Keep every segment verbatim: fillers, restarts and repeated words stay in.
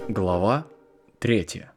Глава третья.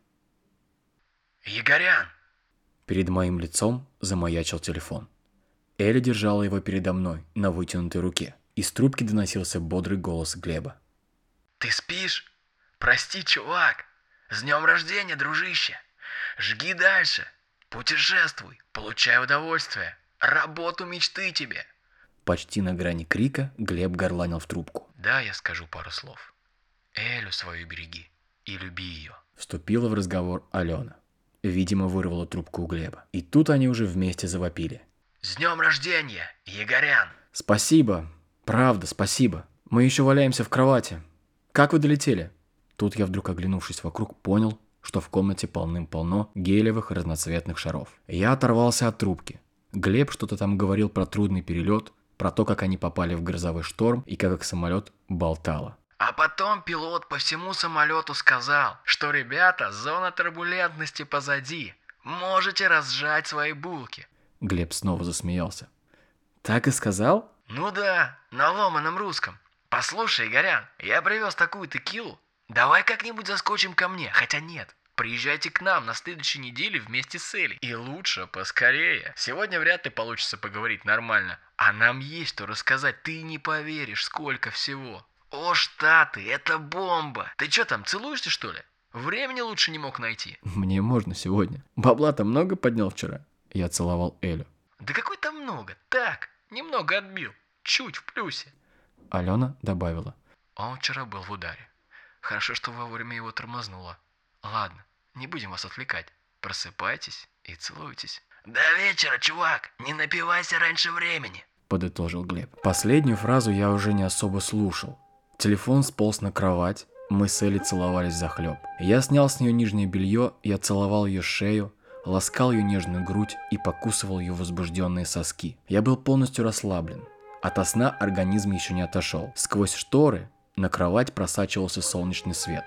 Егорян! Перед моим лицом замаячил телефон. Эля держала его передо мной на вытянутой руке. Из трубки доносился бодрый голос Глеба. Ты спишь? Прости, чувак. С днем рождения, дружище. Жги дальше. Путешествуй. Получай удовольствие. Работу мечты тебе. Почти на грани крика Глеб горланил в трубку. Да, я скажу пару слов. Элю свою береги и люби ее. Вступила в разговор Алена. Видимо, вырвала трубку у Глеба. И тут они уже вместе завопили. С днем рождения, Егорян! Спасибо. Правда, спасибо. Мы еще валяемся в кровати. Как вы долетели? Тут я вдруг, оглянувшись вокруг, понял, что в комнате полным-полно гелевых разноцветных шаров. Я оторвался от трубки. Глеб что-то там говорил про трудный перелет, про то, как они попали в грозовой шторм и как их самолет болтало. А потом пилот по всему самолету сказал, что ребята, зона турбулентности позади. Можете разжать свои булки. Глеб снова засмеялся. Так и сказал? Ну да, на ломаном русском. Послушай, Игорян, я привез такую текилу. Давай как-нибудь заскочим ко мне. Хотя нет, приезжайте к нам на следующей неделе вместе с Элей. И лучше поскорее. Сегодня вряд ли получится поговорить нормально. А нам есть что рассказать. Ты не поверишь, сколько всего. О, Штаты, это бомба. Ты что там, целуешься, что ли? Времени лучше не мог найти. Мне можно сегодня. Бабла-то много поднял вчера. Я целовал Элю. Да какой там много? Так, немного отбил. Чуть в плюсе. Алена добавила. Он вчера был в ударе. Хорошо, что вовремя его тормознуло. Ладно, не будем вас отвлекать. Просыпайтесь и целуйтесь. До вечера, чувак. Не напивайся раньше времени. Подытожил Глеб. Последнюю фразу я уже не особо слушал. Телефон сполз на кровать. Мы с Элей целовались захлеб. Я снял с нее нижнее белье, я целовал ее шею, ласкал ее нежную грудь и покусывал ее возбужденные соски. Я был полностью расслаблен. Ото сна организм еще не отошел. Сквозь шторы на кровать просачивался солнечный свет.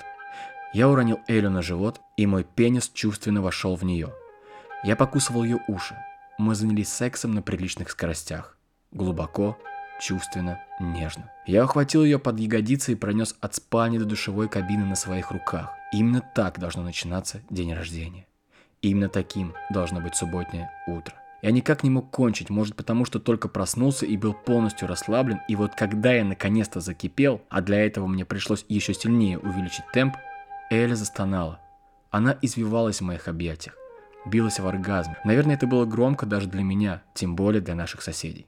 Я уронил Элю на живот, и мой пенис чувственно вошел в нее. Я покусывал ее уши. Мы занялись сексом на приличных скоростях. Глубоко, чувственно, нежно. Я ухватил ее под ягодицы и пронес от спальни до душевой кабины на своих руках. Именно так должно начинаться день рождения. Именно таким должно быть субботнее утро. Я никак не мог кончить, может потому, что только проснулся и был полностью расслаблен, и вот когда я наконец-то закипел, а для этого мне пришлось еще сильнее увеличить темп, Эля застонала. Она извивалась в моих объятиях, билась в оргазме. Наверное, это было громко даже для меня, тем более для наших соседей.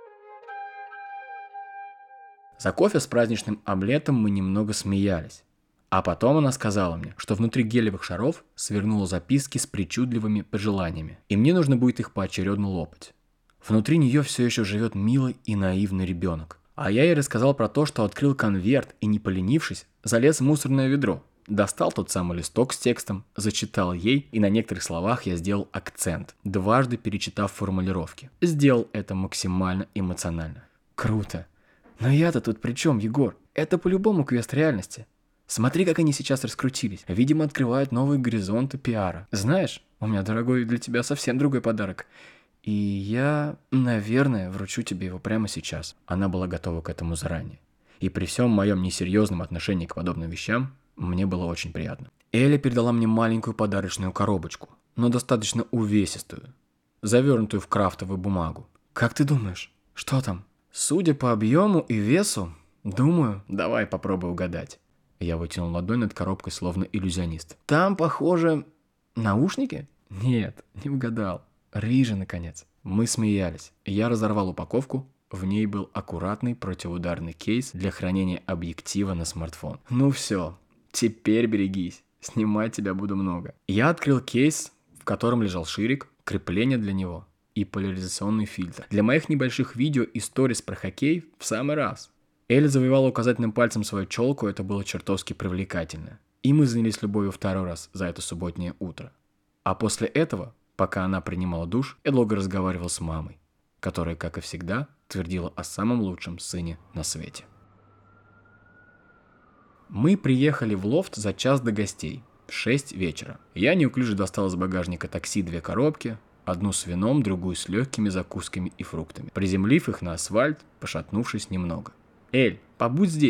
За кофе с праздничным омлетом мы немного смеялись. А потом она сказала мне, что внутри гелевых шаров свернула записки с причудливыми пожеланиями, и мне нужно будет их поочередно лопать. Внутри нее все еще живет милый и наивный ребенок. А я ей рассказал про то, что открыл конверт и, не поленившись, залез в мусорное ведро. Достал тот самый листок с текстом, зачитал ей, и на некоторых словах я сделал акцент, дважды перечитав формулировки. Сделал это максимально эмоционально. Круто. Но я-то тут при чем, Егор? Это по-любому квест реальности. Смотри, как они сейчас раскрутились. Видимо, открывают новые горизонты пиара. Знаешь, у меня, дорогой, для тебя совсем другой подарок. И я, наверное, вручу тебе его прямо сейчас. Она была готова к этому заранее. И при всем моем несерьезном отношении к подобным вещам, мне было очень приятно. Эля передала мне маленькую подарочную коробочку, но достаточно увесистую, завернутую в крафтовую бумагу. Как ты думаешь, что там? Судя по объему и весу, думаю, давай попробуй угадать. Я вытянул ладонь над коробкой, словно иллюзионист. Там, похоже, наушники? Нет, не угадал. Рыжий, наконец. Мы смеялись. Я разорвал упаковку. В ней был аккуратный противоударный кейс для хранения объектива на смартфон. Ну все, теперь берегись. Снимать тебя буду много. Я открыл кейс, в котором лежал ширик, крепление для него и поляризационный фильтр. Для моих небольших видео и сторис про хоккей в самый раз. Эля завивала указательным пальцем свою челку, это было чертовски привлекательно. И мы занялись любовью второй раз за это субботнее утро. А после этого, пока она принимала душ, я долго разговаривал с мамой, которая, как и всегда, твердила о самом лучшем сыне на свете. Мы приехали в лофт за час до гостей, в шесть вечера. Я неуклюже достал из багажника такси две коробки, одну с вином, другую с легкими закусками и фруктами, приземлив их на асфальт, пошатнувшись немного. «Эль, побудь здесь!»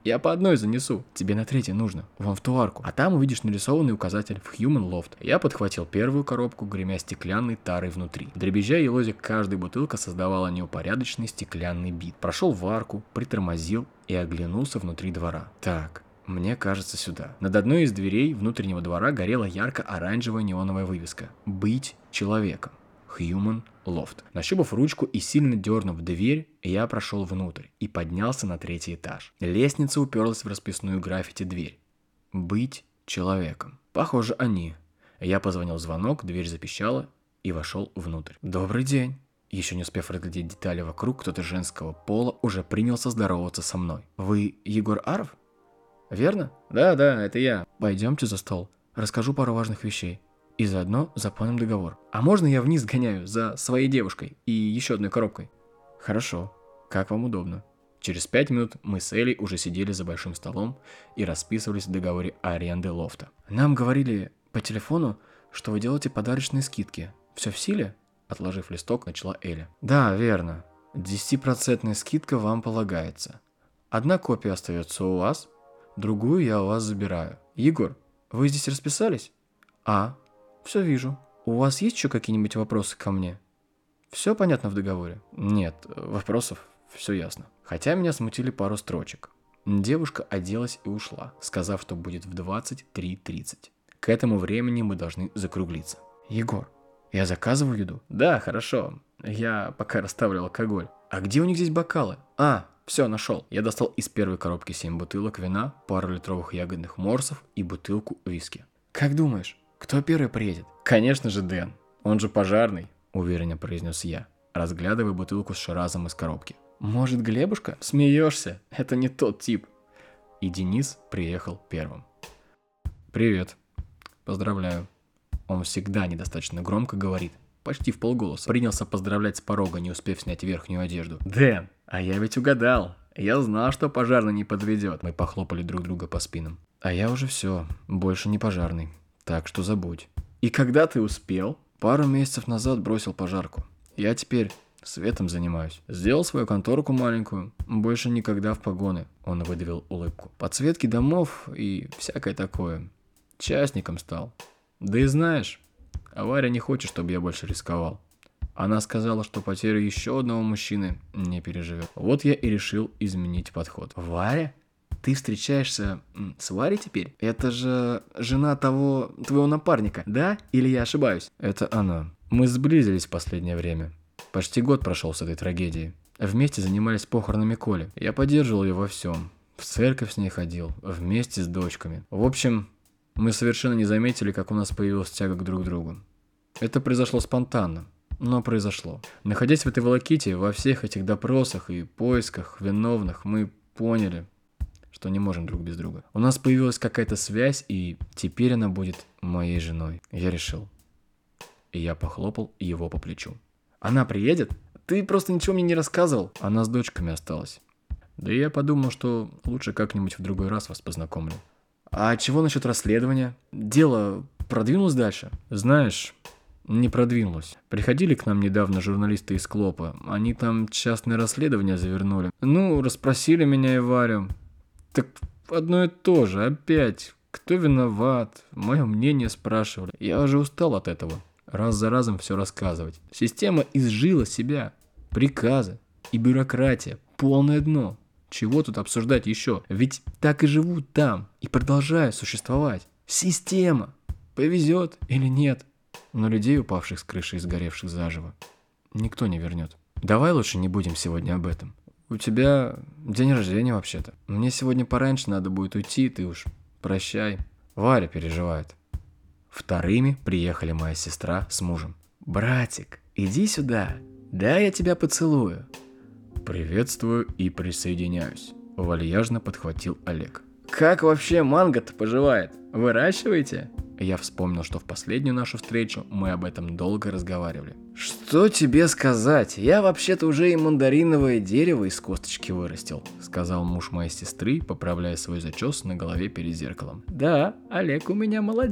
Я по одной занесу. Тебе на третьей нужно. Вон в ту арку. А там увидишь нарисованный указатель в Human Loft. Я подхватил первую коробку, гремя стеклянной тарой внутри. Дребезжа и лозя, каждая бутылка создавала неупорядоченный стеклянный бит. Прошел в арку, притормозил и оглянулся внутри двора. Так, мне кажется, сюда. Над одной из дверей внутреннего двора горела ярко-оранжевая неоновая вывеска «Быть человеком». Human Loft. Нащупав ручку и сильно дернув дверь, я прошел внутрь и поднялся на третий этаж. Лестница уперлась в расписную граффити дверь. Быть человеком. Похоже, они. Я позвонил в звонок, дверь запищала и вошел внутрь. Добрый день. Еще не успев разглядеть детали вокруг, кто-то женского пола уже принялся здороваться со мной. Вы Егор Аров? Верно? Да, да, это я. Пойдемте за стол. Расскажу пару важных вещей. И заодно заполним договор. А можно я вниз сгоняю за своей девушкой и еще одной коробкой? Хорошо. Как вам удобно. Через пять минут мы с Элей уже сидели за большим столом и расписывались в договоре аренды лофта. Нам говорили по телефону, что вы делаете подарочные скидки. Все в силе? Отложив листок, начала Эля. Да, верно. десятипроцентная скидка вам полагается. Одна копия остается у вас, другую я у вас забираю. Егор, вы здесь расписались? А, все вижу. У вас есть еще какие-нибудь вопросы ко мне? Все понятно в договоре? Нет, вопросов все ясно. Хотя меня смутили пару строчек. Девушка оделась и ушла, сказав, что будет в двадцать три тридцать. К этому времени мы должны закруглиться. Егор, я заказываю еду? Да, хорошо. Я пока расставлю алкоголь. А где у них здесь бокалы? А, все, нашел. Я достал из первой коробки семь бутылок вина, пару литровых ягодных морсов и бутылку виски. Как думаешь, кто первый приедет? Конечно же Дэн. Он же пожарный, уверенно произнес я, разглядывая бутылку с ширазом из коробки. Может, Глебушка? Смеешься? Это не тот тип. И Денис приехал первым. Привет. Поздравляю. Он всегда недостаточно громко говорит, почти в полголоса. Принялся поздравлять с порога, не успев снять верхнюю одежду. Дэн, а я ведь угадал. Я знал, что пожарный не подведет. Мы похлопали друг друга по спинам. А я уже все, больше не пожарный. Так что забудь. И когда ты успел? Пару месяцев назад бросил пожарку. Я теперь светом занимаюсь. Сделал свою конторку маленькую. Больше никогда в погоны. Он выдавил улыбку. Подсветки домов и всякое такое. Частником стал. Да и знаешь, Варя не хочет, чтобы я больше рисковал. Она сказала, что потерю еще одного мужчины не переживет. Вот я и решил изменить подход. Варя? Ты встречаешься с Варей теперь? Это же жена того, твоего напарника, да? Или я ошибаюсь? Это она. Мы сблизились в последнее время. Почти год прошел с этой трагедией. Вместе занимались похоронами Коли. Я поддерживал ее во всем. В церковь с ней ходил, вместе с дочками. В общем, мы совершенно не заметили, как у нас появилась тяга к друг другу. Это произошло спонтанно, но произошло. Находясь в этой волоките, во всех этих допросах и поисках виновных, мы поняли, что не можем друг без друга. У нас появилась какая-то связь, и теперь она будет моей женой. Я решил. И я похлопал его по плечу. Она приедет? Ты просто ничего мне не рассказывал. Она с дочками осталась. Да и я подумал, что лучше как-нибудь в другой раз вас познакомлю. А чего насчет расследования? Дело продвинулось дальше? Знаешь, не продвинулось. Приходили к нам недавно журналисты из Клопа. Они там частное расследование завернули. Ну, расспросили меня и Варю. Так одно и то же, опять. Кто виноват? Мое мнение спрашивали. Я уже устал от этого. Раз за разом все рассказывать. Система изжила себя. Приказы и бюрократия. Полное дно. Чего тут обсуждать еще? Ведь так и живут там. И продолжают существовать. Система. Повезет или нет. Но людей, упавших с крыши и сгоревших заживо, никто не вернет. Давай лучше не будем сегодня об этом. У тебя день рождения вообще-то. Мне сегодня пораньше надо будет уйти, ты уж прощай. Варя переживает. Вторыми приехали моя сестра с мужем. Братик, иди сюда. Да, я тебя поцелую. Приветствую и присоединяюсь. Вальяжно подхватил Олег. Как вообще манго-то поживает? Выращиваете? Я вспомнил, что в последнюю нашу встречу мы об этом долго разговаривали. Что тебе сказать? Я вообще-то уже и мандариновое дерево из косточки вырастил, сказал муж моей сестры, поправляя свой зачес на голове перед зеркалом. Да, Олег у меня молодец.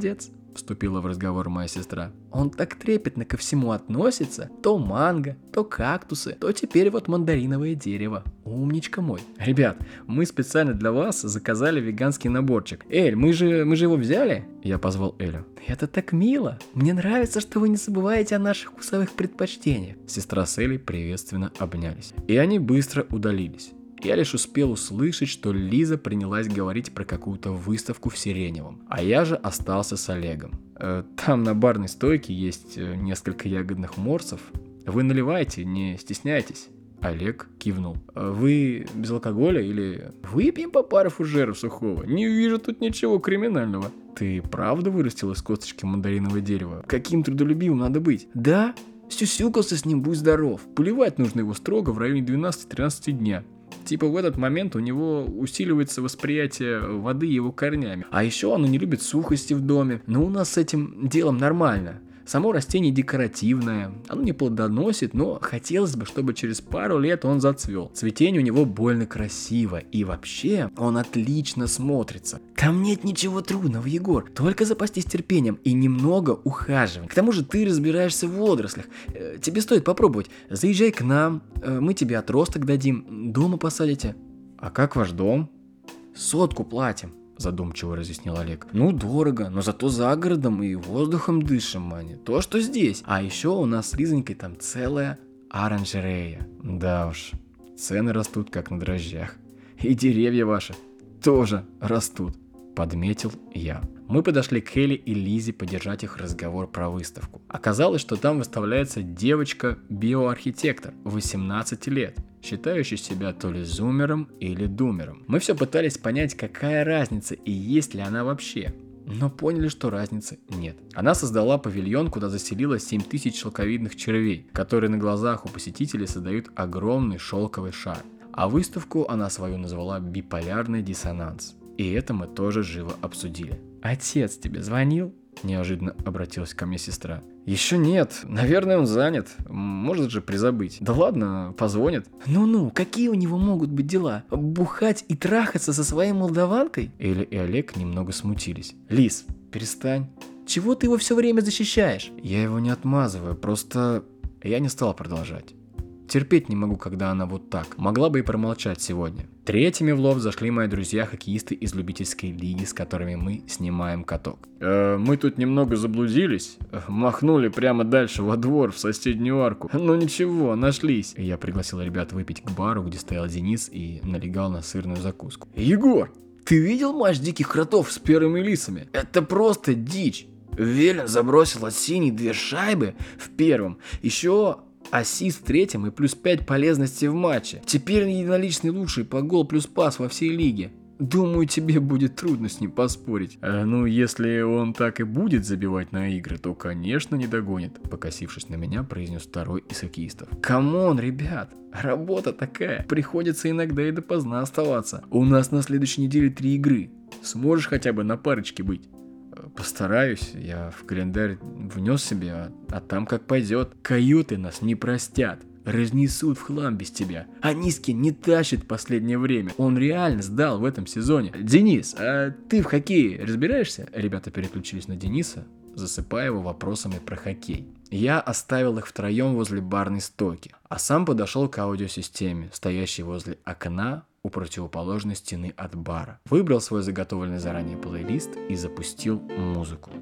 вступила в разговор моя сестра. Он так трепетно ко всему относится. То манго, то кактусы, то теперь вот мандариновое дерево. Умничка мой. Ребят, мы специально для вас заказали веганский наборчик. Эль, мы же, мы же его взяли? Я позвал Элю. Это так мило. Мне нравится, что вы не забываете о наших вкусовых предпочтениях. Сестра с Элей приветственно обнялись. И они быстро удалились. Я лишь успел услышать, что Лиза принялась говорить про какую-то выставку в Сиреневом, а я же остался с Олегом. Э, там на барной стойке есть несколько ягодных морсов. Вы наливайте, не стесняйтесь. Олег кивнул. Вы без алкоголя или... Выпьем по паре фужеров сухого. Не вижу тут ничего криминального. Ты правда вырастил из косточки мандариновое дерево? Каким трудолюбивым надо быть? Да? Сюсюкался с ним, будь здоров. Поливать нужно его строго в районе двенадцати-тринадцати дня. Типа в этот момент у него усиливается восприятие воды его корнями. А еще оно не любит сухости в доме. Но у нас с этим делом нормально. Само растение декоративное, оно не плодоносит, но хотелось бы, чтобы через пару лет он зацвел. Цветение у него больно красиво, и вообще он отлично смотрится. Там нет ничего трудного, Егор, только запастись терпением и немного ухаживания. К тому же ты разбираешься в водорослях, тебе стоит попробовать. Заезжай к нам, мы тебе отросток дадим, дома посадите. А как ваш дом? Сотку платим. Задумчиво разъяснил Олег. Ну, дорого, но зато за городом и воздухом дышим, а не то, что здесь. А еще у нас с Лизонькой там целая оранжерея. Да уж, цены растут как на дрожжах. И деревья ваши тоже растут, подметил я. Мы подошли к Элли и Лизе поддержать их разговор про выставку. Оказалось, что там выставляется девочка-биоархитектор восемнадцати лет, считающий себя то ли зумером или думером. Мы все пытались понять, какая разница и есть ли она вообще. Но поняли, что разницы нет. Она создала павильон, куда заселила семь тысяч шелковидных червей, которые на глазах у посетителей создают огромный шелковый шар. А выставку она свою назвала «Биполярный диссонанс». И это мы тоже живо обсудили. «Отец тебе звонил?» – неожиданно обратилась ко мне сестра. «Еще нет. Наверное, он занят. Может же призабыть. Да ладно, позвонит». «Ну-ну, какие у него могут быть дела? Бухать и трахаться со своей молдаванкой?» Эля и Олег немного смутились. «Лиз, перестань. Чего ты его все время защищаешь?» «Я его не отмазываю, просто...» Я не стал продолжать. Терпеть не могу, когда она вот так. Могла бы и промолчать сегодня. Третьими в лов зашли мои друзья-хоккеисты из любительской лиги, с которыми мы снимаем каток. Э, мы тут немного заблудились. Махнули прямо дальше во двор, в соседнюю арку. Ну ничего, нашлись. Я пригласил ребят выпить к бару, где стоял Денис и налегал на сырную закуску. Егор, ты видел матч диких кротов с первыми лисами? Это просто дичь. Велин забросил от синей две шайбы в первом. Еще... ассист в третьем и плюс пять полезности в матче. Теперь он единоличный лучший по гол плюс пас во всей лиге. Думаю, тебе будет трудно с ним поспорить. А, ну, если он так и будет забивать на игры, то, конечно, не догонит. Покосившись на меня, произнес второй из хоккеистов. Камон, ребят, работа такая. Приходится иногда и допоздна оставаться. У нас на следующей неделе три игры. Сможешь хотя бы на парочке быть? Постараюсь, я в календарь внес себе, а, а там как пойдет. Каюты нас не простят, разнесут в хлам без тебя. А Нискин не тащит в последнее время, он реально сдал в этом сезоне. Денис, а ты в хоккее разбираешься? Ребята переключились на Дениса, засыпая его вопросами про хоккей. Я оставил их втроем возле барной стойки, а сам подошел к аудиосистеме, стоящей возле окна у противоположной стены от бара. Выбрал свой заготовленный заранее плейлист и запустил музыку.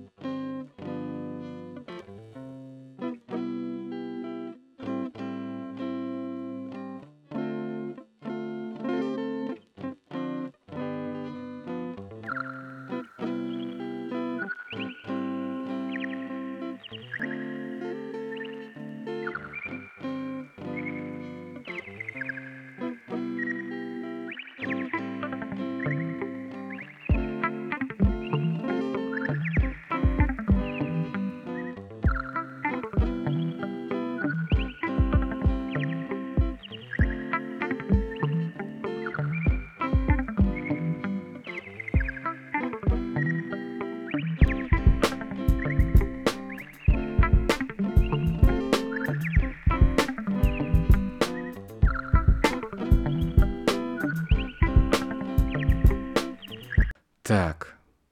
Так,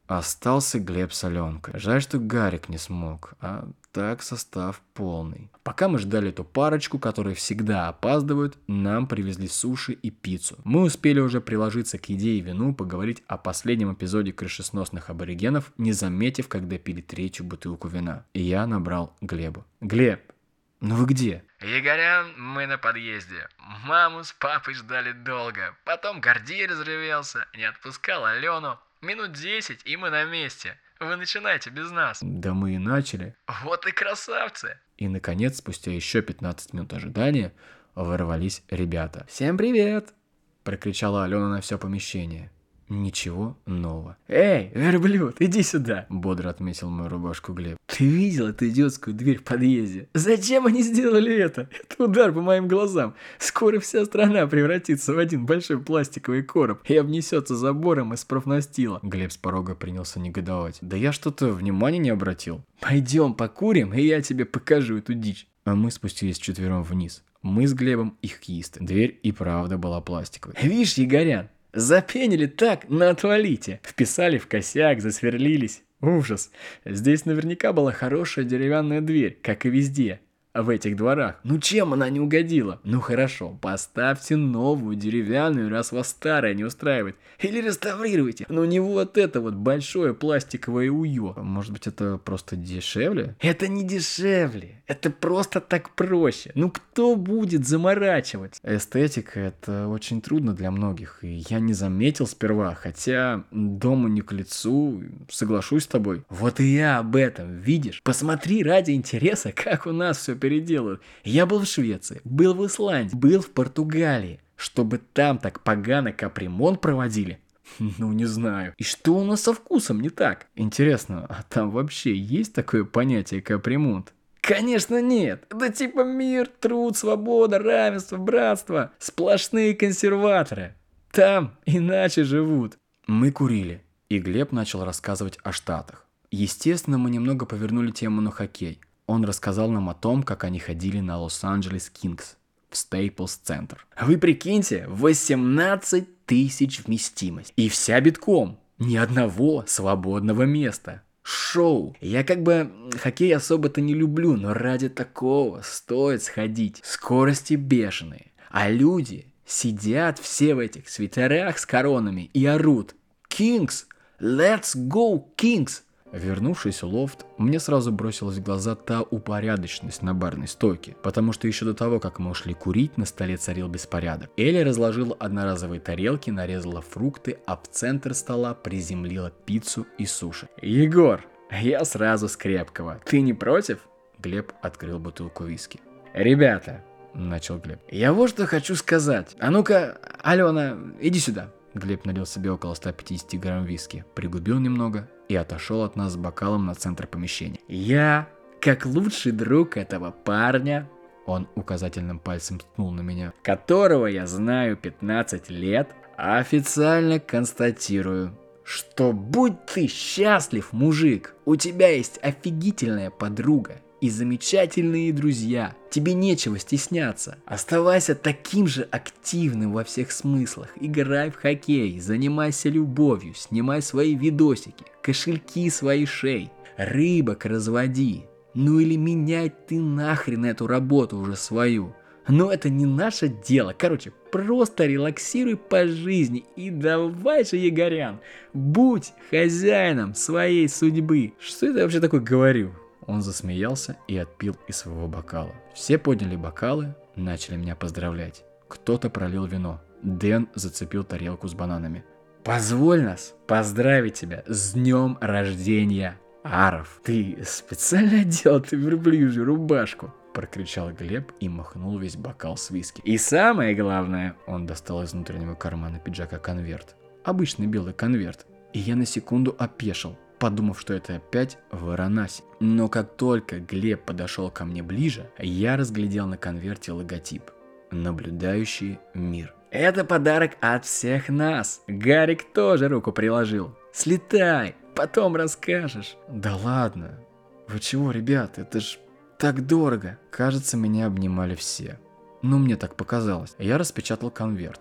Остался Глеб с Аленкой. Жаль, что Гарик не смог, а так состав полный. Пока мы ждали эту парочку, которые всегда опаздывают, нам привезли суши и пиццу. Мы успели уже приложиться к еде и вину, поговорить о последнем эпизоде крышесносных аборигенов, не заметив, когда пили третью бутылку вина. И я набрал Глебу. Глеб, ну вы где? Егорян, мы на подъезде. Маму с папой ждали долго. Потом Гордей разревелся, не отпускал Алену. Минут десять, и мы на месте. Вы начинайте без нас. Да мы и начали. Вот и красавцы. И, наконец, спустя еще пятнадцать минут ожидания, ворвались ребята. «Всем привет!» – прокричала Алена на все помещение. Ничего нового. «Эй, верблюд, иди сюда!» – бодро отметил мою рубашку Глеб. «Ты видел эту идиотскую дверь в подъезде? Зачем они сделали это? Это удар по моим глазам. Скоро вся страна превратится в один большой пластиковый короб и обнесется забором из профнастила». Глеб с порога принялся негодовать. «Да я что-то внимания не обратил. Пойдем покурим, и я тебе покажу эту дичь». А мы спустились вчетвером вниз. Мы с Глебом и хоккеисты. Дверь и правда была пластиковой. «Видишь, Егорян, запенили так, на отвалите. Вписали в косяк, засверлились. Ужас. Здесь наверняка была хорошая деревянная дверь, как и везде. А в этих дворах. Ну чем она не угодила? Ну хорошо, поставьте новую деревянную, раз вас старая не устраивает. Или реставрируйте. Но не вот это вот большое пластиковое уё. Может быть, это просто дешевле? Это не дешевле. Это просто так проще. Ну кто будет заморачиваться? Эстетика — это очень трудно для многих. И я не заметил сперва. Хотя дому не к лицу. Соглашусь с тобой. Вот и я об этом, видишь? Посмотри ради интереса, как у нас все переделают. Я был в Швеции, был в Исландии, был в Португалии. Чтобы там так погано капремонт проводили? Ну, не знаю. И что у нас со вкусом не так? Интересно, а там вообще есть такое понятие капремонт? Конечно нет. Это типа мир, труд, свобода, равенство, братство. Сплошные консерваторы. Там иначе живут. Мы курили, и Глеб начал рассказывать о Штатах. Естественно, мы немного повернули тему на хоккей. Он рассказал нам о том, как они ходили на Лос-Анджелес Кингс в Стейплс-центр. Вы прикиньте, восемнадцать тысяч вместимость. И вся битком. Ни одного свободного места. Шоу. Я как бы хоккей особо-то не люблю, но ради такого стоит сходить. Скорости бешеные. А люди сидят все в этих свитерах с коронами и орут: «Кингс! Let's go, Кингс!» Вернувшись в лофт, мне сразу бросилась в глаза та упорядоченность на барной стойке, потому что еще до того, как мы ушли курить, на столе царил беспорядок. Элли разложила одноразовые тарелки, нарезала фрукты, а в центр стола приземлила пиццу и суши. «Егор, я сразу с крепкого. Ты не против?» Глеб открыл бутылку виски. «Ребята», — начал Глеб, — «я вот что хочу сказать. А ну-ка, Алена, иди сюда». Глеб налил себе около ста пятидесяти грамм виски, пригубил немного и отошел от нас с бокалом на центр помещения. «Я, как лучший друг этого парня», он указательным пальцем ткнул на меня, «которого я знаю пятнадцать лет, официально констатирую, что будь ты счастлив, мужик, у тебя есть офигительная подруга и замечательные друзья. Тебе нечего стесняться. Оставайся таким же активным во всех смыслах. Играй в хоккей, занимайся любовью, снимай свои видосики, кошельки свои шей, рыбок разводи. Ну или менять ты нахрен эту работу уже свою. Но это не наше дело. Короче, просто релаксируй по жизни и давай же, Егорян, будь хозяином своей судьбы». Что это я вообще такое говорю? Он засмеялся и отпил из своего бокала. Все подняли бокалы, начали меня поздравлять. Кто-то пролил вино. Дэн зацепил тарелку с бананами. «Позволь нас поздравить тебя с днем рождения, Аров. Ты специально одел эту верблюжью рубашку», — прокричал Глеб и махнул весь бокал с виски. «И самое главное», — он достал из внутреннего кармана пиджака конверт. Обычный белый конверт. И я на секунду опешил, подумав, что это опять Варанаси. Но как только Глеб подошел ко мне ближе, я разглядел на конверте логотип «Наблюдающий мир». «Это подарок от всех нас. Гарик тоже руку приложил. Слетай, потом расскажешь». «Да ладно. Вы чего, ребят, это ж так дорого». Кажется, меня обнимали все. Ну, мне так показалось. Я распечатал конверт.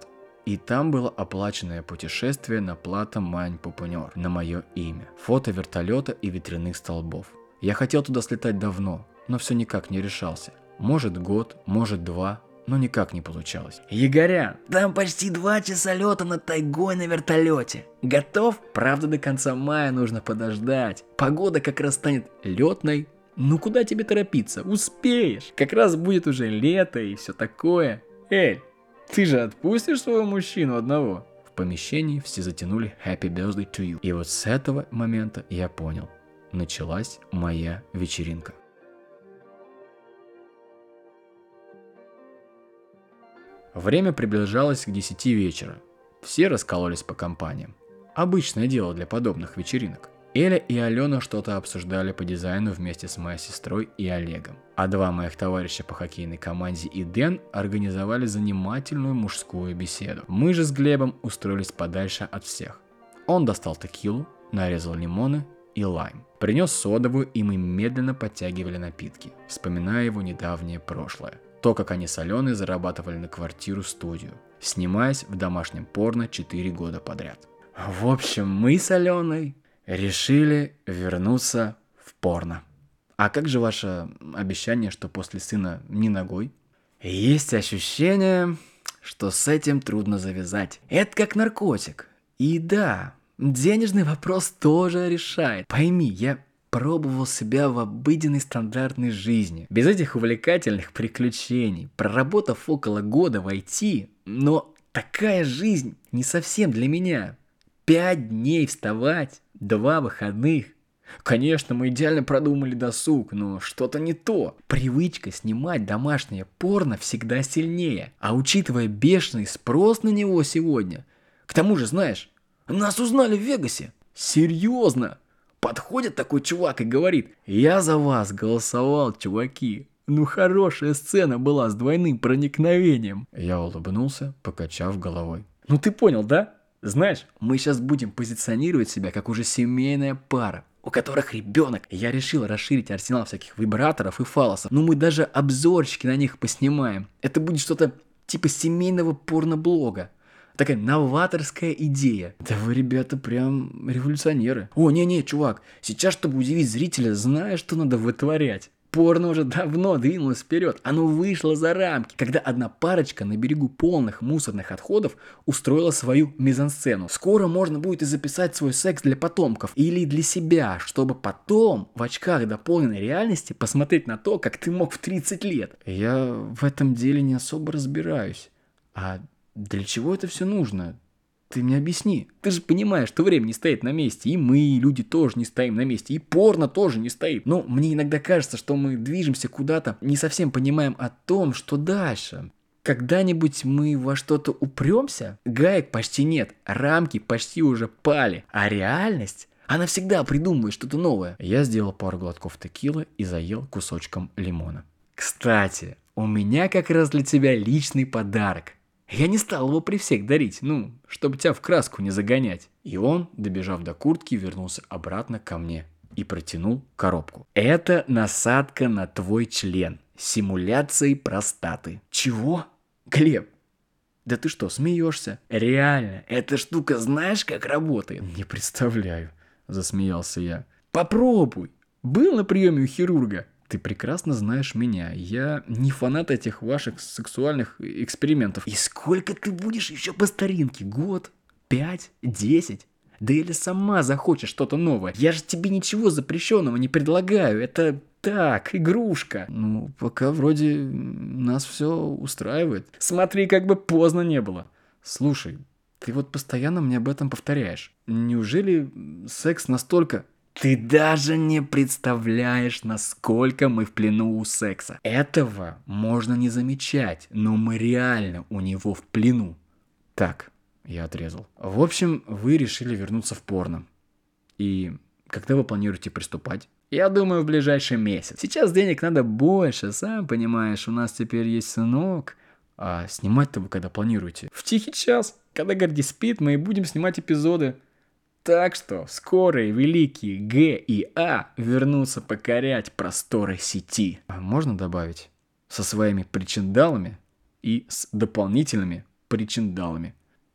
И там было оплаченное путешествие на Плата Мань-Пупунёр на мое имя. Фото вертолета и ветряных столбов. Я хотел туда слетать давно, но все никак не решался. Может год, может два, но никак не получалось. Егорян, там почти два часа лета над тайгой на вертолете. Готов? Правда, до конца мая нужно подождать. Погода как раз станет летной. Ну куда тебе торопиться? Успеешь. Как раз будет уже лето и все такое. Эй, ты же отпустишь своего мужчину одного? В помещении все затянули Happy Birthday to you. И вот с этого момента я понял. Началась моя вечеринка. Время приближалось к десяти вечера. Все раскололись по компаниям. Обычное дело для подобных вечеринок. Эля и Алена что-то обсуждали по дизайну вместе с моей сестрой и Олегом. А два моих товарища по хоккейной команде и Дэн организовали занимательную мужскую беседу. Мы же с Глебом устроились подальше от всех. Он достал текилу, нарезал лимоны и лайм. Принес содовую, и мы медленно подтягивали напитки, вспоминая его недавнее прошлое. То, как они с Аленой зарабатывали на квартиру-студию, снимаясь в домашнем порно четыре года подряд. В общем, мы с Аленой решили вернуться в порно. А как же ваше обещание, что после сына ни ногой? Есть ощущение, что с этим трудно завязать. Это как наркотик. И да, денежный вопрос тоже решает. Пойми, я пробовал себя в обыденной стандартной жизни, без этих увлекательных приключений, проработав около года в ай ти, но такая жизнь не совсем для меня. Пять дней вставать, два выходных. Конечно, мы идеально продумали досуг, но что-то не то. Привычка снимать домашнее порно всегда сильнее, а учитывая бешеный спрос на него сегодня, к тому же, знаешь, нас узнали в Вегасе. Серьезно. Подходит такой чувак и говорит: я за вас голосовал, чуваки. Ну хорошая сцена была с двойным проникновением. Я улыбнулся, покачав головой. Ну ты понял, да? Знаешь, мы сейчас будем позиционировать себя как уже семейная пара, у которых ребенок. Я решил расширить арсенал всяких вибраторов и фалосов. Ну мы даже обзорчики на них поснимаем. Это будет что-то типа семейного порноблога. Такая новаторская идея. Да вы, ребята, прям революционеры. О, не-не, чувак, сейчас, чтобы удивить зрителя, знаешь, что надо вытворять? Порно уже давно двинулось вперед. Оно вышло за рамки, когда одна парочка на берегу полных мусорных отходов устроила свою мизансцену. Скоро можно будет и записать свой секс для потомков или для себя, чтобы потом в очках дополненной реальности посмотреть на то, как ты мог в тридцать лет. Я в этом деле не особо разбираюсь. А для чего это все нужно? Ты мне объясни. Ты же понимаешь, что время не стоит на месте. И мы, люди, тоже не стоим на месте. И порно тоже не стоит. Но мне иногда кажется, что мы движемся куда-то, не совсем понимаем о том, что дальше. Когда-нибудь мы во что-то упремся? Гаек почти нет. Рамки почти уже пали. А реальность? Она всегда придумывает что-то новое. Я сделал пару глотков текилы и заел кусочком лимона. Кстати, у меня как раз для тебя личный подарок. Я не стал его при всех дарить, ну, чтобы тебя в краску не загонять. И он, добежав до куртки, вернулся обратно ко мне и протянул коробку. Это насадка на твой член. Симуляцией простаты. Чего? Глеб, да ты что, смеешься? Реально, эта штука знаешь, как работает? Не представляю, засмеялся я. Попробуй. Был на приеме у хирурга. Ты прекрасно знаешь меня. Я не фанат этих ваших сексуальных экспериментов. И сколько ты будешь еще по старинке? Год? Пять? Десять? Да или сама захочешь что-то новое? Я же тебе ничего запрещенного не предлагаю. Это так, игрушка. Ну, пока вроде нас все устраивает. Смотри, как бы поздно не было. Слушай, ты вот постоянно мне об этом повторяешь. Неужели секс настолько... Ты даже не представляешь, насколько мы в плену у секса. Этого можно не замечать, но мы реально у него в плену. Так, я отрезал. В общем, вы решили вернуться в порно. И когда вы планируете приступать? Я думаю, в ближайший месяц. Сейчас денег надо больше, сам понимаешь, у нас теперь есть сынок. А снимать-то вы когда планируете? В тихий час. Когда Горди спит, мы и будем снимать эпизоды. Так что скоро и великие Г и А вернутся покорять просторы сети. А можно добавить? Со своими причиндалами и с дополнительными причиндалами.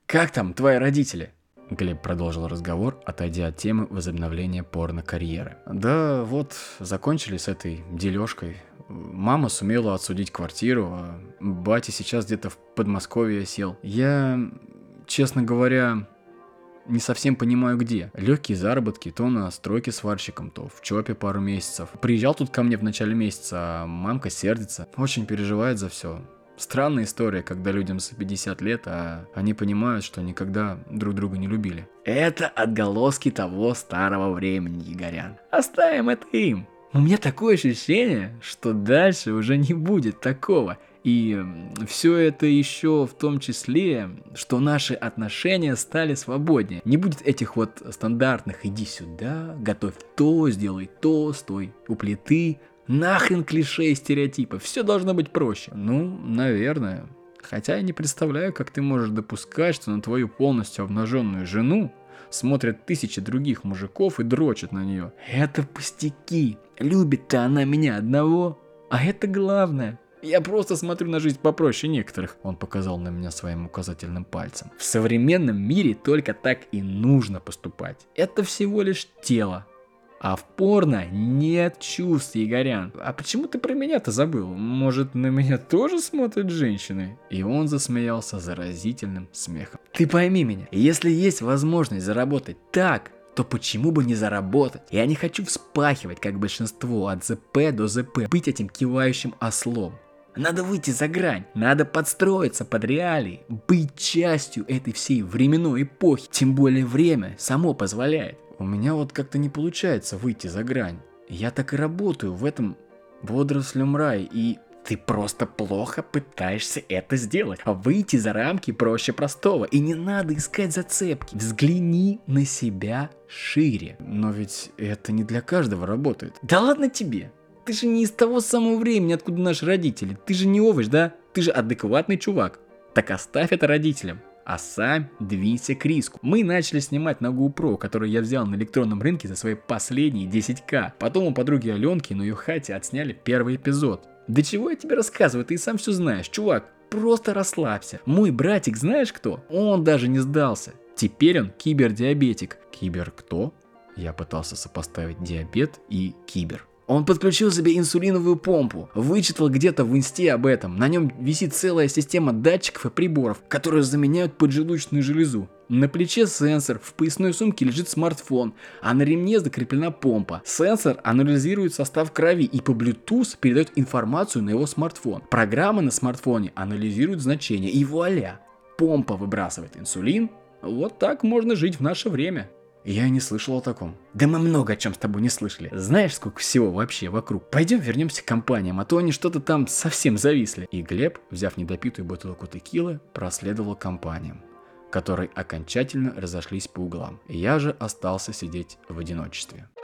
как там твои родители?» Глеб продолжил разговор, отойдя от темы возобновления порно-карьеры. «Да вот, закончили с этой дележкой. Мама сумела отсудить квартиру, а батя сейчас где-то в Подмосковье сел. Я, честно говоря, не совсем понимаю где. Легкие заработки, то на стройке сварщиком, то в ЧОПе пару месяцев. Приезжал тут ко мне в начале месяца, а мамка сердится, очень переживает за все. Странная история, когда людям за пятьдесят лет, а они понимают, что никогда друг друга не любили». «Это отголоски того старого времени, Игорян. Оставим это им. У меня такое ощущение, что дальше уже не будет такого. И все это еще в том числе, что наши отношения стали свободнее. Не будет этих вот стандартных «иди сюда, готовь то, сделай то, стой у плиты». Нахрен клише и стереотипы. Все должно быть проще. Ну, наверное. Хотя я не представляю, как ты можешь допускать, что на твою полностью обнаженную жену смотрят тысячи других мужиков и дрочат на нее. Это пустяки. Любит-то она меня одного. А это главное. Я просто смотрю на жизнь попроще некоторых. Он показал на меня своим указательным пальцем. В современном мире только так и нужно поступать. Это всего лишь тело. А в порно нет чувств, Игорян. А почему ты про меня-то забыл? Может, на меня тоже смотрят женщины?» И он засмеялся заразительным смехом. «Ты пойми меня, если есть возможность заработать так, то почему бы не заработать? Я не хочу вспахивать, как большинство, от ЗП до ЗП, быть этим кивающим ослом. Надо выйти за грань, надо подстроиться под реалии, быть частью этой всей временной эпохи. Тем более время само позволяет. У меня вот как-то не получается выйти за грань. Я так и работаю в этом водорослем рае, и ты просто плохо пытаешься это сделать. А выйти за рамки проще простого, и не надо искать зацепки. Взгляни на себя шире. Но ведь это не для каждого работает. Да ладно тебе. Ты же не из того самого времени, откуда наши родители. Ты же не овощ, да? Ты же адекватный чувак. Так оставь это родителям. А сам двинься к риску. Мы начали снимать на GoPro, которую я взял на электронном рынке за свои последние десять тысяч. Потом у подруги Аленки на ее хате отсняли первый эпизод. Да чего я тебе рассказываю, ты и сам все знаешь, чувак. Просто расслабься. Мой братик знаешь кто? Он даже не сдался. Теперь он кибердиабетик. Кибер кто? Я пытался сопоставить диабет и кибер. Он подключил себе инсулиновую помпу, вычитал где-то в инсте об этом. На нем висит целая система датчиков и приборов, которые заменяют поджелудочную железу. На плече сенсор, в поясной сумке лежит смартфон, а на ремне закреплена помпа. Сенсор анализирует состав крови и по Bluetooth передает информацию на его смартфон. Программа на смартфоне анализирует значения, и вуаля, помпа выбрасывает инсулин. Вот так можно жить в наше время. Я и не слышал о таком. Да мы много о чем с тобой не слышали. Знаешь, сколько всего вообще вокруг? Пойдем вернемся к компаниям, а то они что-то там совсем зависли. И Глеб, взяв недопитую бутылку текилы, проследовал к компаниям, которые окончательно разошлись по углам. Я же остался сидеть в одиночестве.